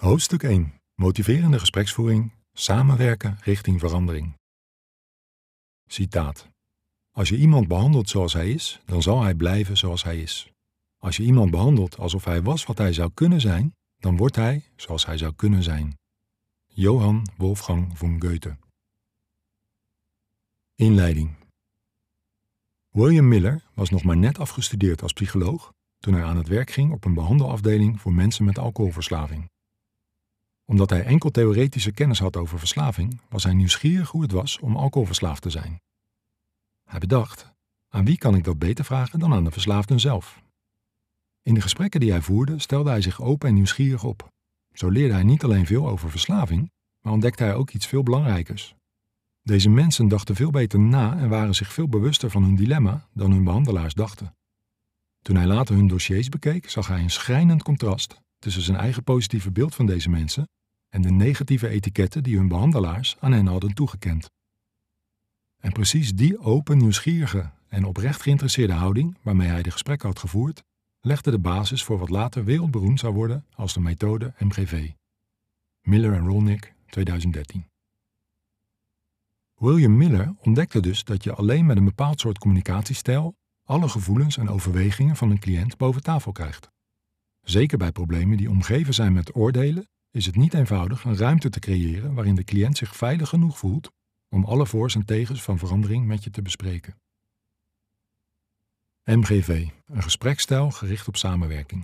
Hoofdstuk 1. Motiverende gespreksvoering. Samenwerken richting verandering. Citaat. Als je iemand behandelt zoals hij is, dan zal hij blijven zoals hij is. Als je iemand behandelt alsof hij was wat hij zou kunnen zijn, dan wordt hij zoals hij zou kunnen zijn. Johann Wolfgang von Goethe. Inleiding. William Miller was nog maar net afgestudeerd als psycholoog toen hij aan het werk ging op een behandelafdeling voor mensen met alcoholverslaving. Omdat hij enkel theoretische kennis had over verslaving, was hij nieuwsgierig hoe het was om alcoholverslaafd te zijn. Hij bedacht, aan wie kan ik dat beter vragen dan aan de verslaafden zelf? In de gesprekken die hij voerde stelde hij zich open en nieuwsgierig op. Zo leerde hij niet alleen veel over verslaving, maar ontdekte hij ook iets veel belangrijkers. Deze mensen dachten veel beter na en waren zich veel bewuster van hun dilemma dan hun behandelaars dachten. Toen hij later hun dossiers bekeek, zag hij een schrijnend contrast tussen zijn eigen positieve beeld van deze mensen en de negatieve etiketten die hun behandelaars aan hen hadden toegekend. En precies die open, nieuwsgierige en oprecht geïnteresseerde houding waarmee hij de gesprekken had gevoerd, legde de basis voor wat later wereldberoemd zou worden als de methode MGV. Miller en Rolnick, 2013. William Miller ontdekte dus dat je alleen met een bepaald soort communicatiestijl alle gevoelens en overwegingen van een cliënt boven tafel krijgt. Zeker bij problemen die omgeven zijn met oordelen, is het niet eenvoudig een ruimte te creëren waarin de cliënt zich veilig genoeg voelt om alle voor's en tegens van verandering met je te bespreken. MGV, een gespreksstijl gericht op samenwerking.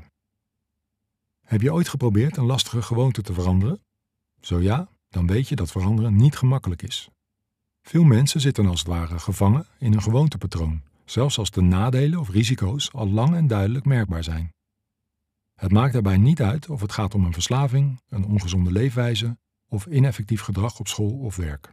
Heb je ooit geprobeerd een lastige gewoonte te veranderen? Zo ja, dan weet je dat veranderen niet gemakkelijk is. Veel mensen zitten als het ware gevangen in een gewoontepatroon, zelfs als de nadelen of risico's al lang en duidelijk merkbaar zijn. Het maakt daarbij niet uit of het gaat om een verslaving, een ongezonde leefwijze of ineffectief gedrag op school of werk.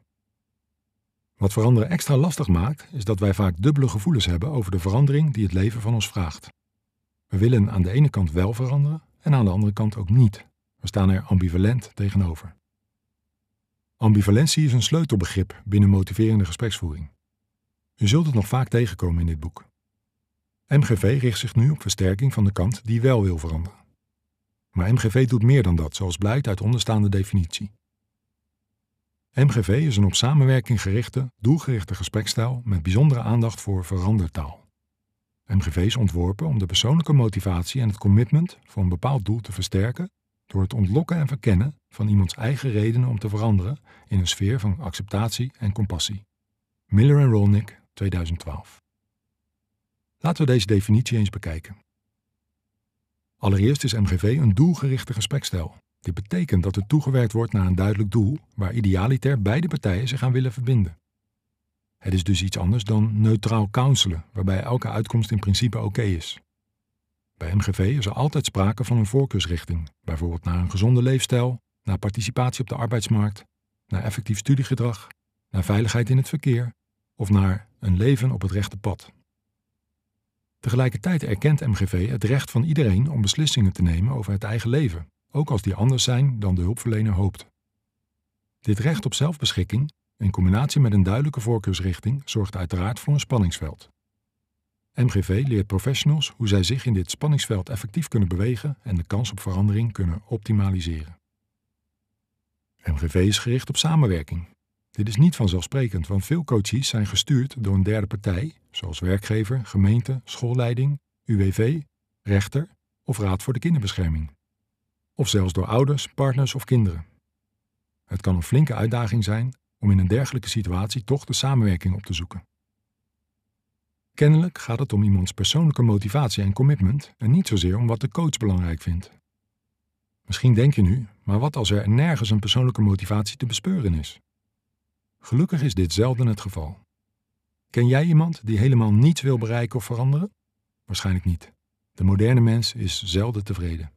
Wat veranderen extra lastig maakt, is dat wij vaak dubbele gevoelens hebben over de verandering die het leven van ons vraagt. We willen aan de ene kant wel veranderen en aan de andere kant ook niet. We staan er ambivalent tegenover. Ambivalentie is een sleutelbegrip binnen motiverende gespreksvoering. U zult het nog vaak tegenkomen in dit boek. MGV richt zich nu op versterking van de kant die wel wil veranderen. Maar MGV doet meer dan dat, zoals blijkt uit onderstaande definitie. MGV is een op samenwerking gerichte, doelgerichte gespreksstijl met bijzondere aandacht voor verandertaal. MGV is ontworpen om de persoonlijke motivatie en het commitment voor een bepaald doel te versterken door het ontlokken en verkennen van iemands eigen redenen om te veranderen in een sfeer van acceptatie en compassie. Miller en Rolnick, 2012. Laten we deze definitie eens bekijken. Allereerst is MGV een doelgerichte gespreksstijl. Dit betekent dat er toegewerkt wordt naar een duidelijk doel waar idealiter beide partijen zich aan willen verbinden. Het is dus iets anders dan neutraal counselen, waarbij elke uitkomst in principe oké is. Bij MGV is er altijd sprake van een voorkeursrichting, bijvoorbeeld naar een gezonde leefstijl, naar participatie op de arbeidsmarkt, naar effectief studiegedrag, naar veiligheid in het verkeer of naar een leven op het rechte pad. Tegelijkertijd erkent MGV het recht van iedereen om beslissingen te nemen over het eigen leven, ook als die anders zijn dan de hulpverlener hoopt. Dit recht op zelfbeschikking, in combinatie met een duidelijke voorkeursrichting, zorgt uiteraard voor een spanningsveld. MGV leert professionals hoe zij zich in dit spanningsveld effectief kunnen bewegen en de kans op verandering kunnen optimaliseren. MGV is gericht op samenwerking. Dit is niet vanzelfsprekend, want veel coaches zijn gestuurd door een derde partij, zoals werkgever, gemeente, schoolleiding, UWV, rechter of Raad voor de Kinderbescherming. Of zelfs door ouders, partners of kinderen. Het kan een flinke uitdaging zijn om in een dergelijke situatie toch de samenwerking op te zoeken. Kennelijk gaat het om iemands persoonlijke motivatie en commitment en niet zozeer om wat de coach belangrijk vindt. Misschien denk je nu, maar wat als er nergens een persoonlijke motivatie te bespeuren is? Gelukkig is dit zelden het geval. Ken jij iemand die helemaal niets wil bereiken of veranderen? Waarschijnlijk niet. De moderne mens is zelden tevreden.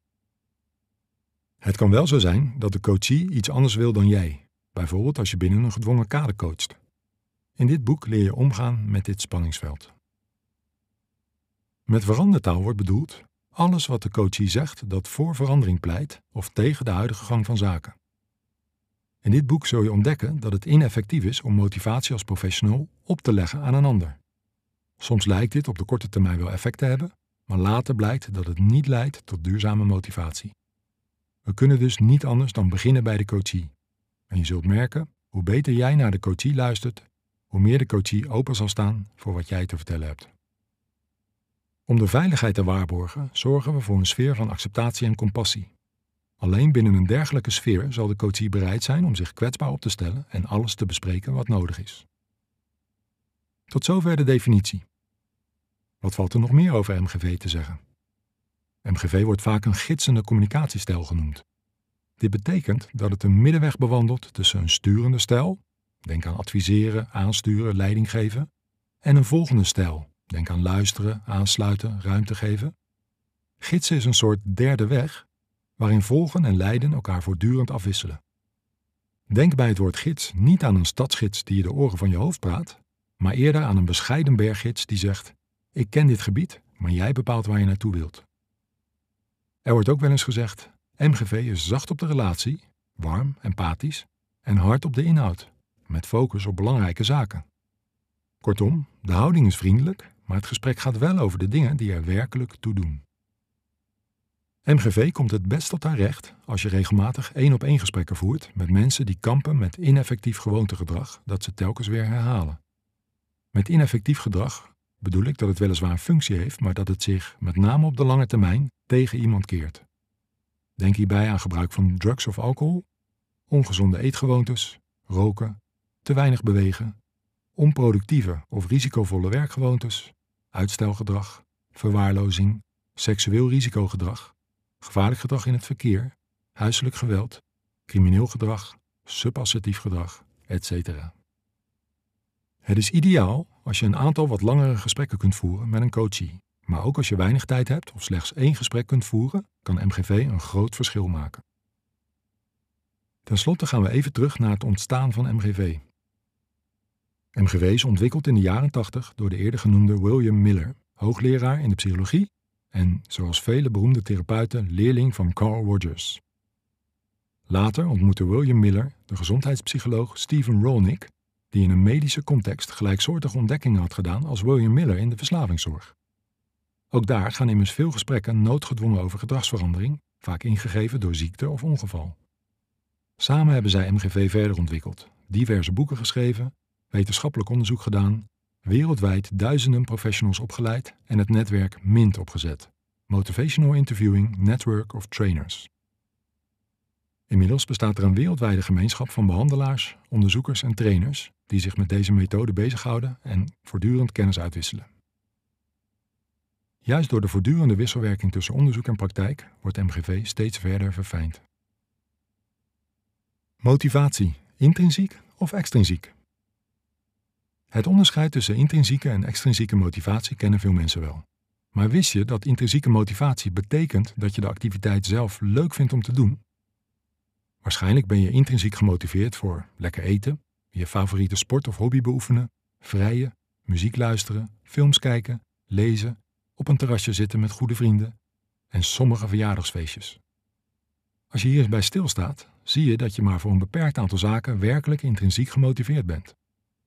Het kan wel zo zijn dat de coachie iets anders wil dan jij, bijvoorbeeld als je binnen een gedwongen kader coacht. In dit boek leer je omgaan met dit spanningsveld. Met verandertaal wordt bedoeld alles wat de coachie zegt dat voor verandering pleit of tegen de huidige gang van zaken. In dit boek zul je ontdekken dat het ineffectief is om motivatie als professional op te leggen aan een ander. Soms lijkt dit op de korte termijn wel effect te hebben, maar later blijkt dat het niet leidt tot duurzame motivatie. We kunnen dus niet anders dan beginnen bij de coachie. En je zult merken, hoe beter jij naar de coachie luistert, hoe meer de coachie open zal staan voor wat jij te vertellen hebt. Om de veiligheid te waarborgen, zorgen we voor een sfeer van acceptatie en compassie. Alleen binnen een dergelijke sfeer zal de coachie bereid zijn om zich kwetsbaar op te stellen en alles te bespreken wat nodig is. Tot zover de definitie. Wat valt er nog meer over MGV te zeggen? MGV wordt vaak een gidsende communicatiestijl genoemd. Dit betekent dat het een middenweg bewandelt tussen een sturende stijl, denk aan adviseren, aansturen, leiding geven, en een volgende stijl, denk aan luisteren, aansluiten, ruimte geven. Gidsen is een soort derde weg, waarin volgen en leiden elkaar voortdurend afwisselen. Denk bij het woord gids niet aan een stadsgids die je de oren van je hoofd praat, maar eerder aan een bescheiden berggids die zegt: ik ken dit gebied, maar jij bepaalt waar je naartoe wilt. Er wordt ook wel eens gezegd: MGV is zacht op de relatie, warm, empathisch en hard op de inhoud, met focus op belangrijke zaken. Kortom, de houding is vriendelijk, maar het gesprek gaat wel over de dingen die er werkelijk toe doen. MGV komt het best tot haar recht als je regelmatig 1-op-1 gesprekken voert met mensen die kampen met ineffectief gewoontegedrag dat ze telkens weer herhalen. Met ineffectief gedrag bedoel ik dat het weliswaar een functie heeft, maar dat het zich, met name op de lange termijn, tegen iemand keert. Denk hierbij aan gebruik van drugs of alcohol, ongezonde eetgewoontes, roken, te weinig bewegen, onproductieve of risicovolle werkgewoontes, uitstelgedrag, verwaarlozing, seksueel risicogedrag, gevaarlijk gedrag in het verkeer, huiselijk geweld, crimineel gedrag, subassertief gedrag, etc. Het is ideaal als je een aantal wat langere gesprekken kunt voeren met een coachie. Maar ook als je weinig tijd hebt of slechts 1 gesprek kunt voeren, kan MGV een groot verschil maken. Ten slotte gaan we even terug naar het ontstaan van MGV. MGV is ontwikkeld in de jaren 80 door de eerder genoemde William Miller, hoogleraar in de psychologie en, zoals vele beroemde therapeuten, leerling van Carl Rogers. Later ontmoette William Miller de gezondheidspsycholoog Stephen Rollnick, die in een medische context gelijksoortige ontdekkingen had gedaan als William Miller in de verslavingszorg. Ook daar gaan immers veel gesprekken noodgedwongen over gedragsverandering, vaak ingegeven door ziekte of ongeval. Samen hebben zij MGV verder ontwikkeld, diverse boeken geschreven, wetenschappelijk onderzoek gedaan, wereldwijd duizenden professionals opgeleid en het netwerk MINT opgezet, Motivational Interviewing Network of Trainers. Inmiddels bestaat er een wereldwijde gemeenschap van behandelaars, onderzoekers en trainers die zich met deze methode bezighouden en voortdurend kennis uitwisselen. Juist door de voortdurende wisselwerking tussen onderzoek en praktijk wordt MGV steeds verder verfijnd. Motivatie, intrinsiek of extrinsiek? Het onderscheid tussen intrinsieke en extrinsieke motivatie kennen veel mensen wel. Maar wist je dat intrinsieke motivatie betekent dat je de activiteit zelf leuk vindt om te doen? Waarschijnlijk ben je intrinsiek gemotiveerd voor lekker eten, je favoriete sport of hobby beoefenen, vrijen, muziek luisteren, films kijken, lezen, op een terrasje zitten met goede vrienden en sommige verjaardagsfeestjes. Als je hier eens bij stilstaat, zie je dat je maar voor een beperkt aantal zaken werkelijk intrinsiek gemotiveerd bent.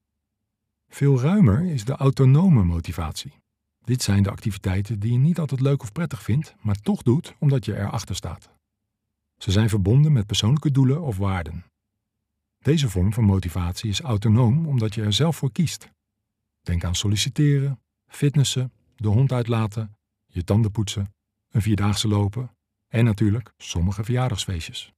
Veel ruimer is de autonome motivatie. Dit zijn de activiteiten die je niet altijd leuk of prettig vindt, maar toch doet omdat je erachter staat. Ze zijn verbonden met persoonlijke doelen of waarden. Deze vorm van motivatie is autonoom omdat je er zelf voor kiest. Denk aan solliciteren, fitnessen, de hond uitlaten, je tanden poetsen, een 4-daagse lopen en natuurlijk sommige verjaardagsfeestjes.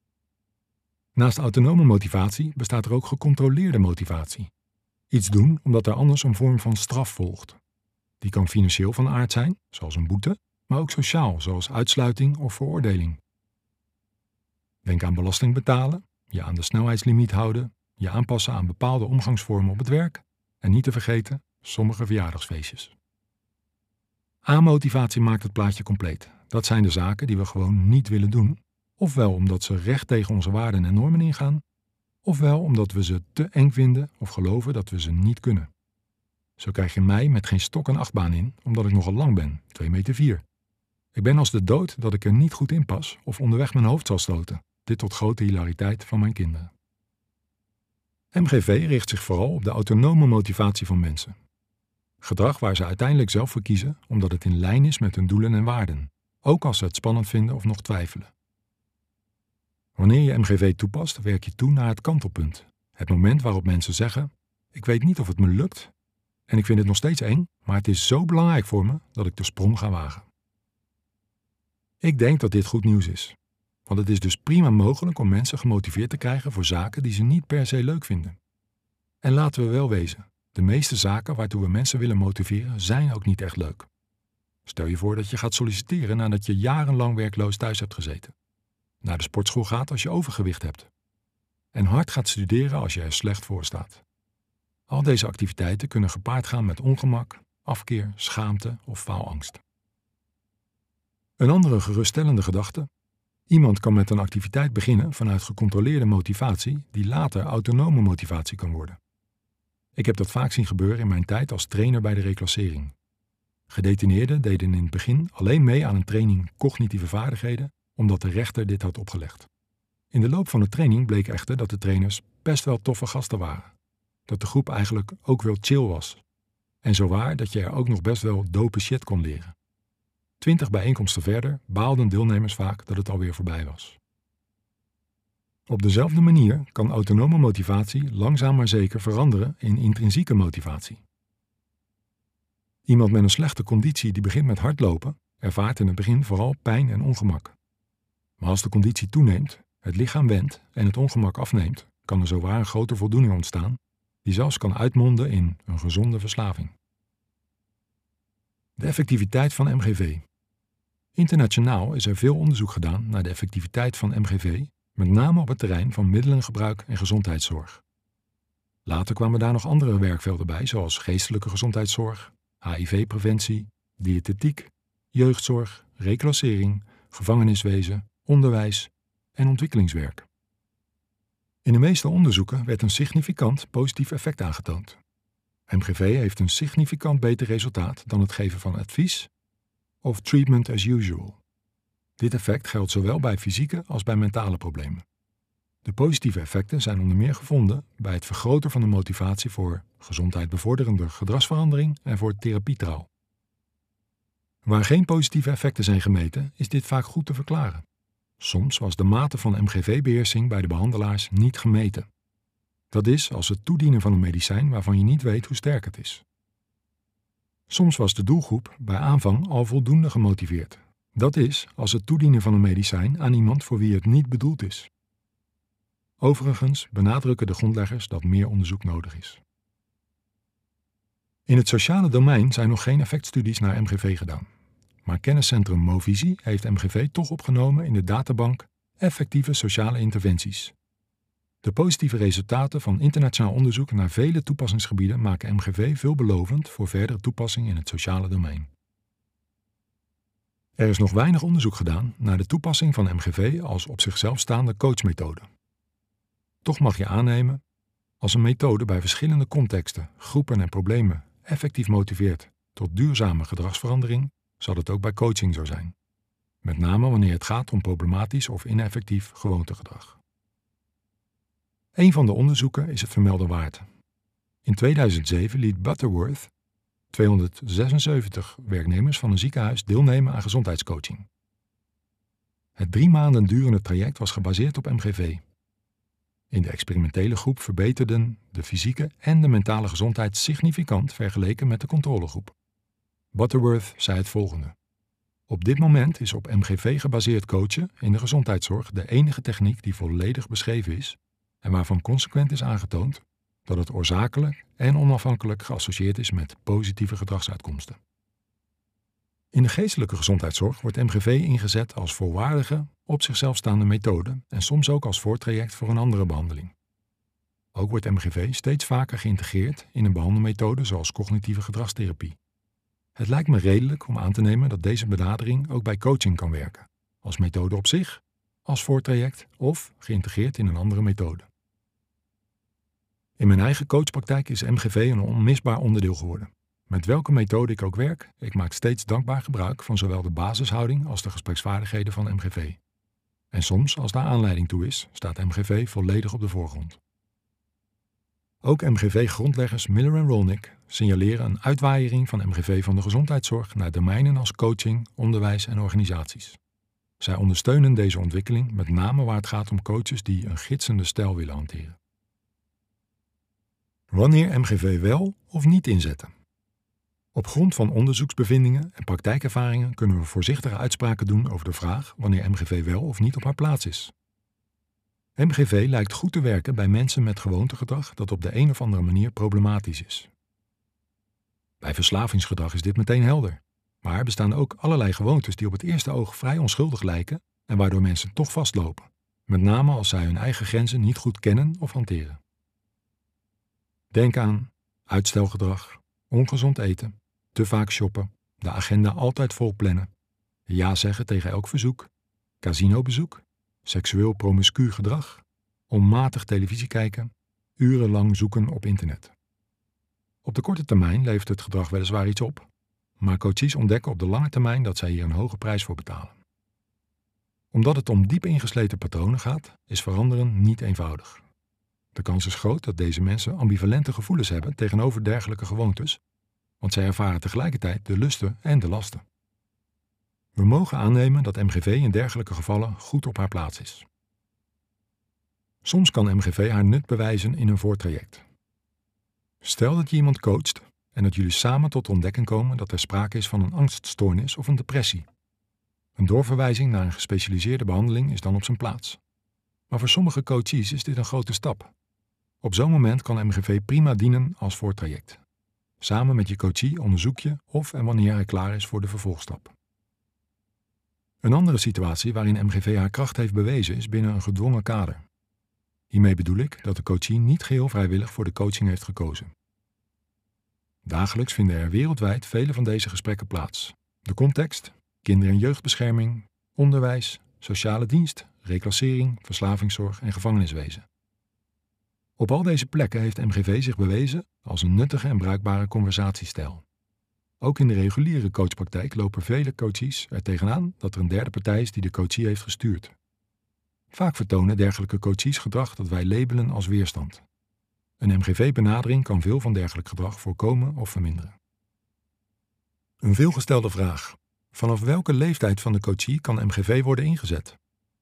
Naast autonome motivatie bestaat er ook gecontroleerde motivatie. Iets doen omdat er anders een vorm van straf volgt. Die kan financieel van aard zijn, zoals een boete, maar ook sociaal, zoals uitsluiting of veroordeling. Denk aan belasting betalen, je aan de snelheidslimiet houden, je aanpassen aan bepaalde omgangsvormen op het werk en niet te vergeten sommige verjaardagsfeestjes. A-motivatie maakt het plaatje compleet. Dat zijn de zaken die we gewoon niet willen doen, ofwel omdat ze recht tegen onze waarden en normen ingaan, ofwel omdat we ze te eng vinden of geloven dat we ze niet kunnen. Zo krijg je mij met geen stok en achtbaan in, omdat ik nogal lang ben, 2,4 meter. Ik ben als de dood dat ik er niet goed in pas of onderweg mijn hoofd zal stoten. Dit tot grote hilariteit van mijn kinderen. MGV richt zich vooral op de autonome motivatie van mensen. Gedrag waar ze uiteindelijk zelf voor kiezen omdat het in lijn is met hun doelen en waarden, ook als ze het spannend vinden of nog twijfelen. Wanneer je MGV toepast, werk je toe naar het kantelpunt. Het moment waarop mensen zeggen: ik weet niet of het me lukt en ik vind het nog steeds eng, maar het is zo belangrijk voor me dat ik de sprong ga wagen. Ik denk dat dit goed nieuws is. Want het is dus prima mogelijk om mensen gemotiveerd te krijgen voor zaken die ze niet per se leuk vinden. En laten we wel wezen, de meeste zaken waartoe we mensen willen motiveren zijn ook niet echt leuk. Stel je voor dat je gaat solliciteren nadat je jarenlang werkloos thuis hebt gezeten. Naar de sportschool gaat als je overgewicht hebt. En hard gaat studeren als je er slecht voor staat. Al deze activiteiten kunnen gepaard gaan met ongemak, afkeer, schaamte of faalangst. Een andere geruststellende gedachte: iemand kan met een activiteit beginnen vanuit gecontroleerde motivatie die later autonome motivatie kan worden. Ik heb dat vaak zien gebeuren in mijn tijd als trainer bij de reclassering. Gedetineerden deden in het begin alleen mee aan een training cognitieve vaardigheden omdat de rechter dit had opgelegd. In de loop van de training bleek echter dat de trainers best wel toffe gasten waren. Dat de groep eigenlijk ook wel chill was. En zowaar dat je er ook nog best wel dope shit kon leren. 20 bijeenkomsten verder baalden deelnemers vaak dat het alweer voorbij was. Op dezelfde manier kan autonome motivatie langzaam maar zeker veranderen in intrinsieke motivatie. Iemand met een slechte conditie die begint met hardlopen, ervaart in het begin vooral pijn en ongemak. Maar als de conditie toeneemt, het lichaam wendt en het ongemak afneemt, kan er zowaar een grote voldoening ontstaan, die zelfs kan uitmonden in een gezonde verslaving. De effectiviteit van MGV. Internationaal is er veel onderzoek gedaan naar de effectiviteit van MGV, met name op het terrein van middelengebruik en gezondheidszorg. Later kwamen daar nog andere werkvelden bij, zoals geestelijke gezondheidszorg, HIV-preventie, diëtetiek, jeugdzorg, reclassering, gevangeniswezen, onderwijs en ontwikkelingswerk. In de meeste onderzoeken werd een significant positief effect aangetoond. MGV heeft een significant beter resultaat dan het geven van advies of treatment as usual. Dit effect geldt zowel bij fysieke als bij mentale problemen. De positieve effecten zijn onder meer gevonden bij het vergroten van de motivatie voor gezondheidbevorderende gedragsverandering en voor therapietrouw. Waar geen positieve effecten zijn gemeten, is dit vaak goed te verklaren. Soms was de mate van MGV-beheersing bij de behandelaars niet gemeten. Dat is als het toedienen van een medicijn waarvan je niet weet hoe sterk het is. Soms was de doelgroep bij aanvang al voldoende gemotiveerd. Dat is als het toedienen van een medicijn aan iemand voor wie het niet bedoeld is. Overigens benadrukken de grondleggers dat meer onderzoek nodig is. In het sociale domein zijn nog geen effectstudies naar MGV gedaan. Maar kenniscentrum Movisie heeft MGV toch opgenomen in de databank Effectieve Sociale Interventies. De positieve resultaten van internationaal onderzoek naar vele toepassingsgebieden maken MGV veelbelovend voor verdere toepassing in het sociale domein. Er is nog weinig onderzoek gedaan naar de toepassing van MGV als op zichzelf staande coachmethode. Toch mag je aannemen, als een methode bij verschillende contexten, groepen en problemen effectief motiveert tot duurzame gedragsverandering, zal het ook bij coaching zo zijn. Met name wanneer het gaat om problematisch of ineffectief gewoontegedrag. Een van de onderzoeken is het vermelden waard. In 2007 liet Butterworth 276 werknemers van een ziekenhuis deelnemen aan gezondheidscoaching. Het 3 maanden durende traject was gebaseerd op MGV. In de experimentele groep verbeterden de fysieke en de mentale gezondheid significant vergeleken met de controlegroep. Butterworth zei het volgende: op dit moment is op MGV gebaseerd coachen in de gezondheidszorg de enige techniek die volledig beschreven is en waarvan consequent is aangetoond dat het oorzakelijk en onafhankelijk geassocieerd is met positieve gedragsuitkomsten. In de geestelijke gezondheidszorg wordt MGV ingezet als volwaardige, op zichzelf staande methode en soms ook als voortraject voor een andere behandeling. Ook wordt MGV steeds vaker geïntegreerd in een behandelmethode zoals cognitieve gedragstherapie. Het lijkt me redelijk om aan te nemen dat deze benadering ook bij coaching kan werken, als methode op zich, als voortraject of geïntegreerd in een andere methode. In mijn eigen coachpraktijk is MGV een onmisbaar onderdeel geworden. Met welke methode ik ook werk, ik maak steeds dankbaar gebruik van zowel de basishouding als de gespreksvaardigheden van MGV. En soms, als daar aanleiding toe is, staat MGV volledig op de voorgrond. Ook MGV-grondleggers Miller en Rolnick signaleren een uitwaaiering van MGV van de gezondheidszorg naar domeinen als coaching, onderwijs en organisaties. Zij ondersteunen deze ontwikkeling met name waar het gaat om coaches die een gidsende stijl willen hanteren. Wanneer MGV wel of niet inzetten? Op grond van onderzoeksbevindingen en praktijkervaringen kunnen we voorzichtige uitspraken doen over de vraag wanneer MGV wel of niet op haar plaats is. MGV lijkt goed te werken bij mensen met gewoontegedrag dat op de een of andere manier problematisch is. Bij verslavingsgedrag is dit meteen helder, maar er bestaan ook allerlei gewoontes die op het eerste oog vrij onschuldig lijken en waardoor mensen toch vastlopen, met name als zij hun eigen grenzen niet goed kennen of hanteren. Denk aan uitstelgedrag, ongezond eten, te vaak shoppen, de agenda altijd vol plannen, ja zeggen tegen elk verzoek, casinobezoek, seksueel promiscu gedrag, onmatig televisie kijken, urenlang zoeken op internet. Op de korte termijn levert het gedrag weliswaar iets op, maar coaches ontdekken op de lange termijn dat zij hier een hoge prijs voor betalen. Omdat het om diep ingesleten patronen gaat, is veranderen niet eenvoudig. De kans is groot dat deze mensen ambivalente gevoelens hebben tegenover dergelijke gewoontes, want zij ervaren tegelijkertijd de lusten en de lasten. We mogen aannemen dat MGV in dergelijke gevallen goed op haar plaats is. Soms kan MGV haar nut bewijzen in een voortraject. Stel dat je iemand coacht en dat jullie samen tot de ontdekking komen dat er sprake is van een angststoornis of een depressie. Een doorverwijzing naar een gespecialiseerde behandeling is dan op zijn plaats. Maar voor sommige coaches is dit een grote stap. Op zo'n moment kan MGV prima dienen als voortraject. Samen met je coachie onderzoek je of en wanneer hij klaar is voor de vervolgstap. Een andere situatie waarin MGV haar kracht heeft bewezen is binnen een gedwongen kader. Hiermee bedoel ik dat de coachie niet geheel vrijwillig voor de coaching heeft gekozen. Dagelijks vinden er wereldwijd vele van deze gesprekken plaats. De context: kinder- en jeugdbescherming, onderwijs, sociale dienst, reclassering, verslavingszorg en gevangeniswezen. Op al deze plekken heeft MGV zich bewezen als een nuttige en bruikbare conversatiestijl. Ook in de reguliere coachpraktijk lopen vele coaches er tegenaan dat er een derde partij is die de coachie heeft gestuurd. Vaak vertonen dergelijke coaches gedrag dat wij labelen als weerstand. Een MGV-benadering kan veel van dergelijk gedrag voorkomen of verminderen. Een veelgestelde vraag: vanaf welke leeftijd van de coachie kan MGV worden ingezet?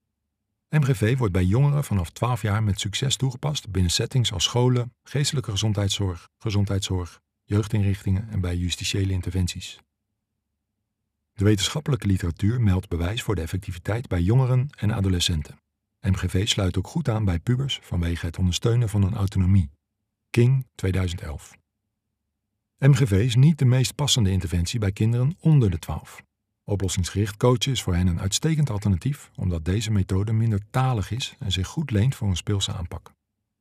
MGV wordt bij jongeren vanaf 12 jaar met succes toegepast binnen settings als scholen, geestelijke gezondheidszorg, jeugdinrichtingen en bij justitiële interventies. De wetenschappelijke literatuur meldt bewijs voor de effectiviteit bij jongeren en adolescenten. MGV sluit ook goed aan bij pubers vanwege het ondersteunen van hun autonomie. King 2011. MGV is niet de meest passende interventie bij kinderen onder de 12. Oplossingsgericht coachen is voor hen een uitstekend alternatief, omdat deze methode minder talig is en zich goed leent voor een speelse aanpak.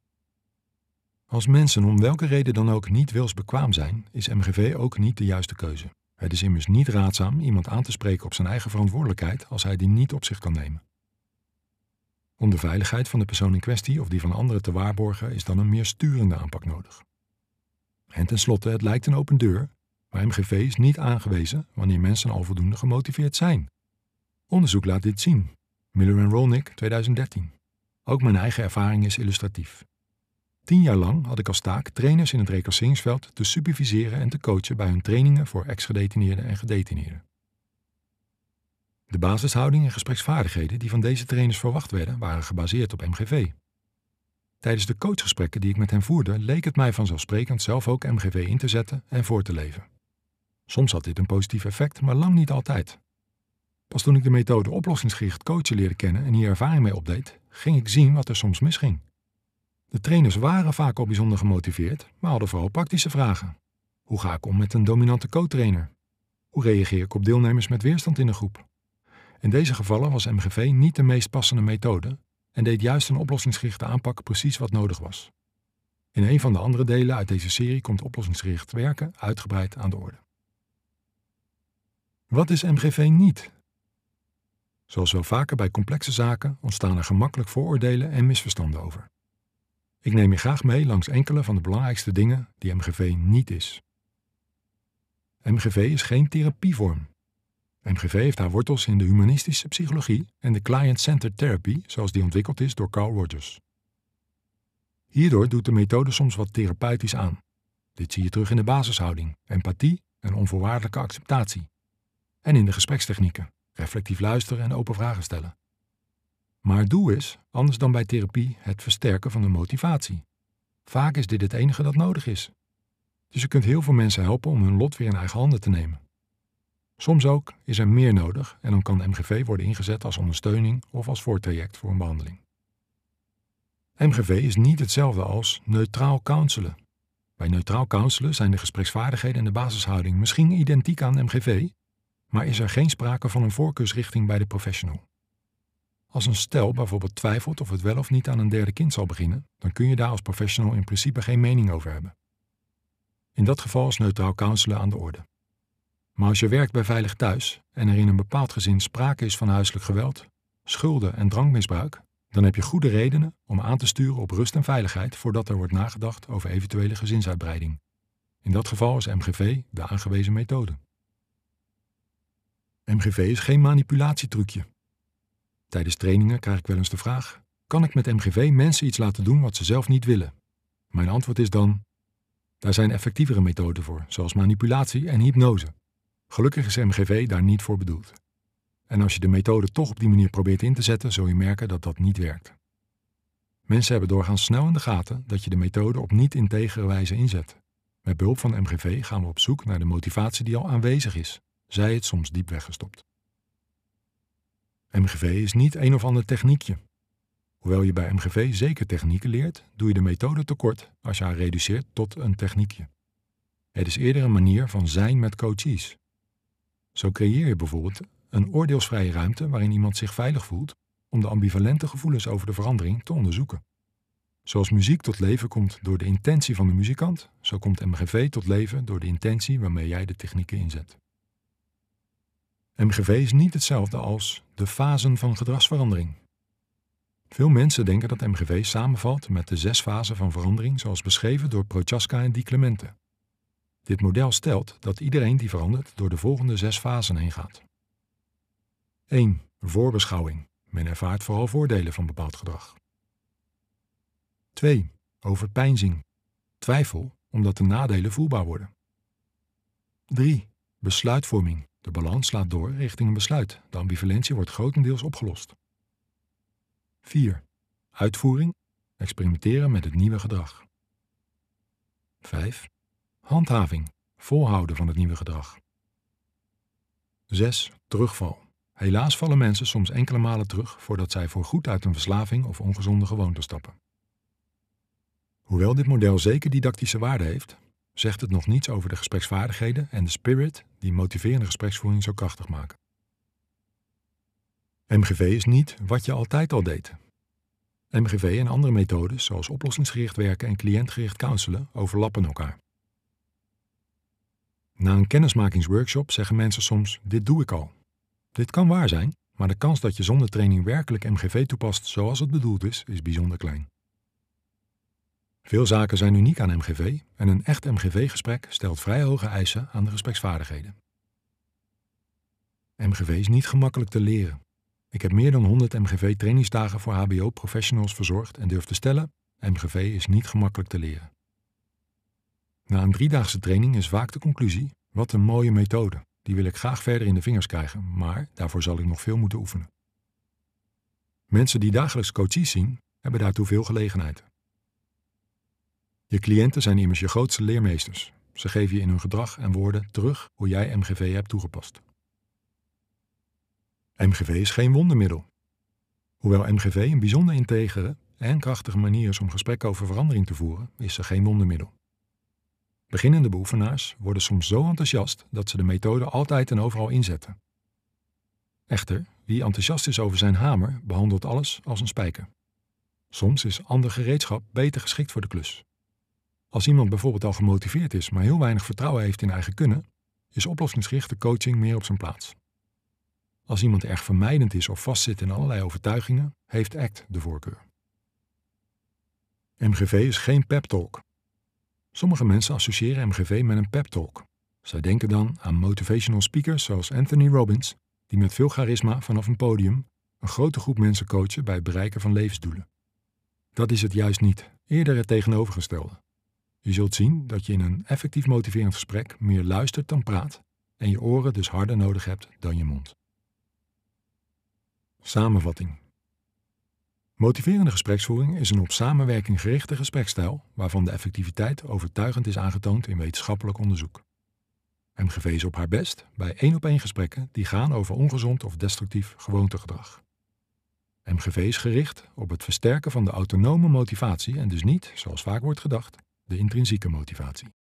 Als mensen om welke reden dan ook niet wilsbekwaam zijn, is MGV ook niet de juiste keuze. Het is immers niet raadzaam iemand aan te spreken op zijn eigen verantwoordelijkheid als hij die niet op zich kan nemen. Om de veiligheid van de persoon in kwestie of die van anderen te waarborgen is dan een meer sturende aanpak nodig. En tenslotte, het lijkt een open deur, maar MGV is niet aangewezen wanneer mensen al voldoende gemotiveerd zijn. Onderzoek laat dit zien. Miller en Rolnick 2013. Ook mijn eigen ervaring is illustratief. 10 jaar lang had ik als taak trainers in het reclasseringsveld te superviseren en te coachen bij hun trainingen voor ex-gedetineerden en gedetineerden. De basishouding en gespreksvaardigheden die van deze trainers verwacht werden, waren gebaseerd op MGV. Tijdens de coachgesprekken die ik met hen voerde, leek het mij vanzelfsprekend zelf ook MGV in te zetten en voor te leven. Soms had dit een positief effect, maar lang niet altijd. Pas toen ik de methode oplossingsgericht coachen leerde kennen en hier ervaring mee opdeed, ging ik zien wat er soms misging. De trainers waren vaak al bijzonder gemotiveerd, maar hadden vooral praktische vragen. Hoe ga ik om met een dominante co-trainer? Hoe reageer ik op deelnemers met weerstand in de groep? In deze gevallen was MGV niet de meest passende methode en deed juist een oplossingsgerichte aanpak precies wat nodig was. In een van de andere delen uit deze serie komt oplossingsgericht werken uitgebreid aan de orde. Wat is MGV niet? Zoals wel vaker bij complexe zaken ontstaan er gemakkelijk vooroordelen en misverstanden over. Ik neem je graag mee langs enkele van de belangrijkste dingen die MGV niet is. MGV is geen therapievorm. MGV heeft haar wortels in de humanistische psychologie en de client-centered therapy zoals die ontwikkeld is door Carl Rogers. Hierdoor doet de methode soms wat therapeutisch aan. Dit zie je terug in de basishouding, empathie en onvoorwaardelijke acceptatie. En in de gesprekstechnieken, reflectief luisteren en open vragen stellen. Maar het doel is, anders dan bij therapie, het versterken van de motivatie. Vaak is dit het enige dat nodig is. Dus je kunt heel veel mensen helpen om hun lot weer in eigen handen te nemen. Soms ook is er meer nodig en dan kan MGV worden ingezet als ondersteuning of als voortraject voor een behandeling. MGV is niet hetzelfde als neutraal counselen. Bij neutraal counselen zijn de gespreksvaardigheden en de basishouding misschien identiek aan MGV, maar is er geen sprake van een voorkeursrichting bij de professional. Als een stel bijvoorbeeld twijfelt of het wel of niet aan een derde kind zal beginnen, dan kun je daar als professional in principe geen mening over hebben. In dat geval is neutraal counselen aan de orde. Maar als je werkt bij Veilig Thuis en er in een bepaald gezin sprake is van huiselijk geweld, schulden en drankmisbruik, dan heb je goede redenen om aan te sturen op rust en veiligheid voordat er wordt nagedacht over eventuele gezinsuitbreiding. In dat geval is MGV de aangewezen methode. MGV is geen manipulatietrucje. Tijdens trainingen krijg ik wel eens de vraag: kan ik met MGV mensen iets laten doen wat ze zelf niet willen? Mijn antwoord is dan: daar zijn effectievere methoden voor, zoals manipulatie en hypnose. Gelukkig is MGV daar niet voor bedoeld. En als je de methode toch op die manier probeert in te zetten, zul je merken dat dat niet werkt. Mensen hebben doorgaans snel in de gaten dat je de methode op niet-integere wijze inzet. Met behulp van MGV gaan we op zoek naar de motivatie die al aanwezig is, zij het soms diep weggestopt. MGV is niet een of ander techniekje. Hoewel je bij MGV zeker technieken leert, doe je de methode tekort als je haar reduceert tot een techniekje. Het is eerder een manier van zijn met coaches. Zo creëer je bijvoorbeeld een oordeelsvrije ruimte waarin iemand zich veilig voelt om de ambivalente gevoelens over de verandering te onderzoeken. Zoals muziek tot leven komt door de intentie van de muzikant, zo komt MGV tot leven door de intentie waarmee jij de technieken inzet. MGV is niet hetzelfde als de fasen van gedragsverandering. Veel mensen denken dat MGV samenvalt met de 6 fasen van verandering zoals beschreven door Prochaska en Di Clemente. Dit model stelt dat iedereen die verandert door de volgende 6 fasen heen gaat. 1. Voorbeschouwing. Men ervaart vooral voordelen van bepaald gedrag. 2. Overpeinzing. Twijfel omdat de nadelen voelbaar worden. 3. Besluitvorming. De balans slaat door richting een besluit. De ambivalentie wordt grotendeels opgelost. 4. Uitvoering. Experimenteren met het nieuwe gedrag. 5. Handhaving. Volhouden van het nieuwe gedrag. 6. Terugval. Helaas vallen mensen soms enkele malen terug voordat zij voorgoed uit een verslaving of ongezonde gewoonte stappen. Hoewel dit model zeker didactische waarde heeft, zegt het nog niets over de gespreksvaardigheden en de spirit die motiverende gespreksvoering zo krachtig maken. MGV is niet wat je altijd al deed. MGV en andere methodes zoals oplossingsgericht werken en cliëntgericht counselen overlappen elkaar. Na een kennismakingsworkshop zeggen mensen soms: dit doe ik al. Dit kan waar zijn, maar de kans dat je zonder training werkelijk MGV toepast zoals het bedoeld is bijzonder klein. Veel zaken zijn uniek aan MGV en een echt MGV-gesprek stelt vrij hoge eisen aan de gespreksvaardigheden. MGV is niet gemakkelijk te leren. Ik heb meer dan 100 MGV-trainingsdagen voor HBO-professionals verzorgd en durf te stellen: MGV is niet gemakkelijk te leren. Na een 3-daagse training is vaak de conclusie: wat een mooie methode. Die wil ik graag verder in de vingers krijgen, maar daarvoor zal ik nog veel moeten oefenen. Mensen die dagelijks coaches zien, hebben daartoe veel gelegenheid. Je cliënten zijn immers je grootste leermeesters. Ze geven je in hun gedrag en woorden terug hoe jij MGV hebt toegepast. MGV is geen wondermiddel. Hoewel MGV een bijzonder integere en krachtige manier is om gesprekken over verandering te voeren, is ze geen wondermiddel. Beginnende beoefenaars worden soms zo enthousiast dat ze de methode altijd en overal inzetten. Echter, wie enthousiast is over zijn hamer, behandelt alles als een spijker. Soms is ander gereedschap beter geschikt voor de klus. Als iemand bijvoorbeeld al gemotiveerd is, maar heel weinig vertrouwen heeft in eigen kunnen, is oplossingsgerichte coaching meer op zijn plaats. Als iemand erg vermijdend is of vastzit in allerlei overtuigingen, heeft ACT de voorkeur. MGV is geen pep-talk. Sommige mensen associëren MGV met een pep-talk. Zij denken dan aan motivational speakers zoals Anthony Robbins, die met veel charisma vanaf een podium een grote groep mensen coachen bij het bereiken van levensdoelen. Dat is het juist niet, eerder het tegenovergestelde. Je zult zien dat je in een effectief motiverend gesprek meer luistert dan praat en je oren dus harder nodig hebt dan je mond. Samenvatting. Motiverende gespreksvoering is een op samenwerking gerichte gespreksstijl waarvan de effectiviteit overtuigend is aangetoond in wetenschappelijk onderzoek. MGV is op haar best bij 1-op-1 gesprekken die gaan over ongezond of destructief gewoontegedrag. MGV is gericht op het versterken van de autonome motivatie en dus niet, zoals vaak wordt gedacht, de intrinsieke motivatie.